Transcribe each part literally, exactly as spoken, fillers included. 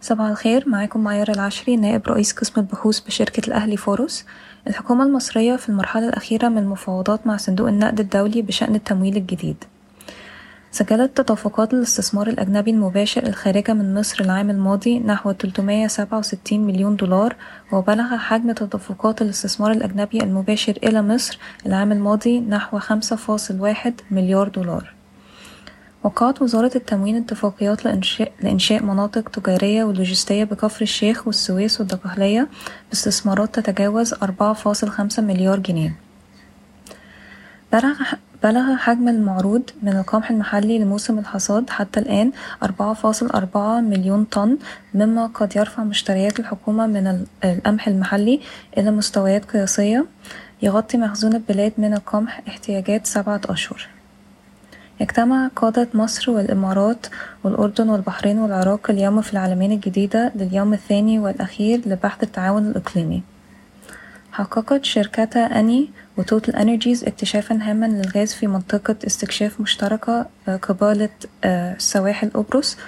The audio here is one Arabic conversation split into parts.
صباح الخير، معاكم معيار العشري نائب رئيس قسم البحوث بشركة الأهلي فورس. الحكومة المصرية في المرحلة الأخيرة من المفاوضات مع صندوق النقد الدولي بشأن التمويل الجديد. سجلت تدفقات الاستثمار الأجنبي المباشر الخارجة من مصر العام الماضي نحو ثلاثمائة وسبعة وستين مليون دولار، وبلغ حجم تدفقات الاستثمار الأجنبي المباشر إلى مصر العام الماضي نحو خمسة فاصل واحد مليار دولار. وقعت وزارة التموين اتفاقيات لإنشاء, لإنشاء مناطق تجارية ولوجستية بكفر الشيخ والسويس والدقهلية باستثمارات تتجاوز أربعة فاصل خمسة مليار جنيه. بلغ حجم المعروض من القمح المحلي لموسم الحصاد حتى الآن أربعة فاصل أربعة مليون طن، مما قد يرفع مشتريات الحكومة من القمح المحلي إلى مستويات قياسية يغطي مخزون البلاد من القمح احتياجات سبعة أشهر. يجتمع قادة مصر والإمارات والأردن والبحرين والعراق اليوم في العلمين الجديدة لليوم الثاني والأخير لبحث التعاون الإقليمي. حققت شركتا أني وتوتال انرجيز اكتشافا هاما للغاز في منطقة استكشاف مشتركة قبالة سواحل قبرص.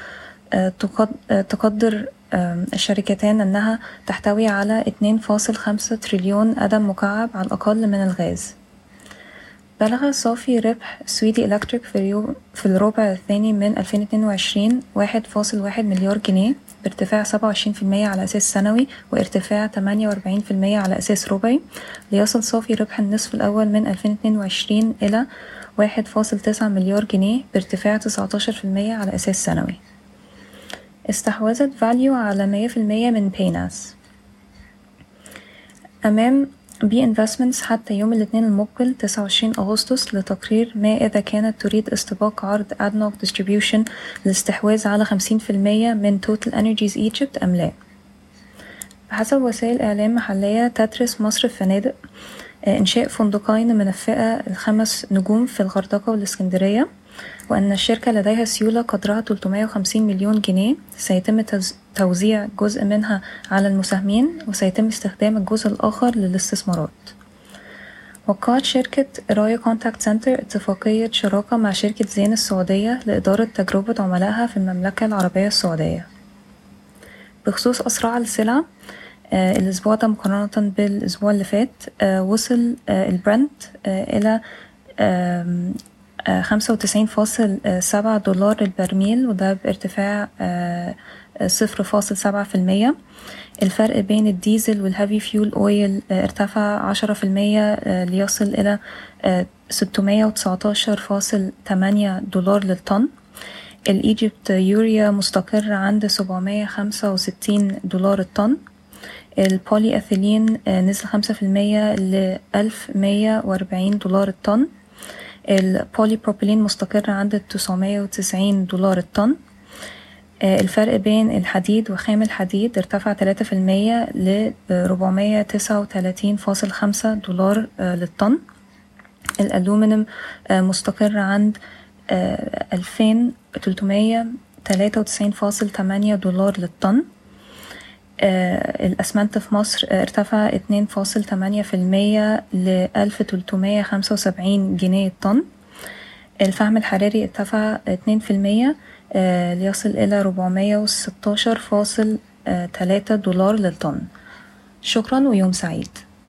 تقدر الشركتان أنها تحتوي على اثنين فاصل خمسة تريليون قدم مكعب على الأقل من الغاز. بلغ صافي ربح سويدي إلكتريك في الربع الثاني من ألفين واثنين وعشرين واحد فاصل واحد مليار جنيه بارتفاع سبعة وعشرين بالمئة على أساس سنوي وارتفاع ثمانية وأربعين بالمئة على أساس ربعي، ليصل صافي ربح النصف الأول من ألفين واثنين وعشرين إلى واحد فاصل تسعة مليار جنيه بارتفاع تسعة عشر بالمئة على أساس سنوي. استحوذت فاليو على مئة بالمئة من بيناس أمام بي انفستمنتس حتى يوم الاثنين المقبل تسعة وعشرين أغسطس لتقرير ما إذا كانت تريد استباق عرض أدنوك ديستريبيوشن للاستحواذ على خمسين بالمئة من توتال انرجيز ايجيبت أم لا. بحسب وسائل إعلام محلية، تدرس مصر الفنادق إنشاء فندقين من الفئة الخمس نجوم في الغردقة والإسكندرية، وأن الشركة لديها سيولة قدرها ثلاثمائة وخمسين مليون جنيه سيتم توزيع جزء منها على المساهمين وسيتم استخدام الجزء الآخر للاستثمارات. وقعت شركة رايا كونتاكت سنتر اتفاقية شراكة مع شركة زين السعودية لإدارة تجربة عملائها في المملكة العربية السعودية. بخصوص أسعار السلع، آه الأسبوع ده مقارنة بالأسبوع اللي فات آه وصل آه البرنت آه إلى آه خمسة وتسعين فاصل سبعة دولار البرميل، وده بارتفاع صفر فاصل سبعة في المية. الفرق بين الديزل والهافي فيول اويل ارتفع عشرة في المية ليصل إلى ستمائة وتسعتاشر فاصل ثمانية دولار للطن. الإيجيبت يوريا مستقر عند سبعمائة وخمسة وستين دولار الطن. البولي أثيلين نزل خمسة في المية ل ألف ومائة وأربعين دولار الطن. البولي بروبيلين مستقر عند تسعمائة وتسعين دولار الطن. الفرق بين الحديد وخام الحديد ارتفع ثلاثة في المية ل أربعمائة وتسعة وثلاثين فاصل خمسة دولار للطن. الألومنيوم مستقر عند ألفين وثلاثمائة وثلاثة وتسعين فاصل ثمانية دولار للطن. الأسمنت في مصر ارتفع اثنين فاصل ثمانية في المية ل ألف وثلاثمائة وخمسة وسبعين جنيه الطن. الفحم الحراري ارتفع اثنين في المية ليصل إلى أربعمائة وستة عشر فاصل ثلاثة دولار للطن. شكرا ويوم سعيد.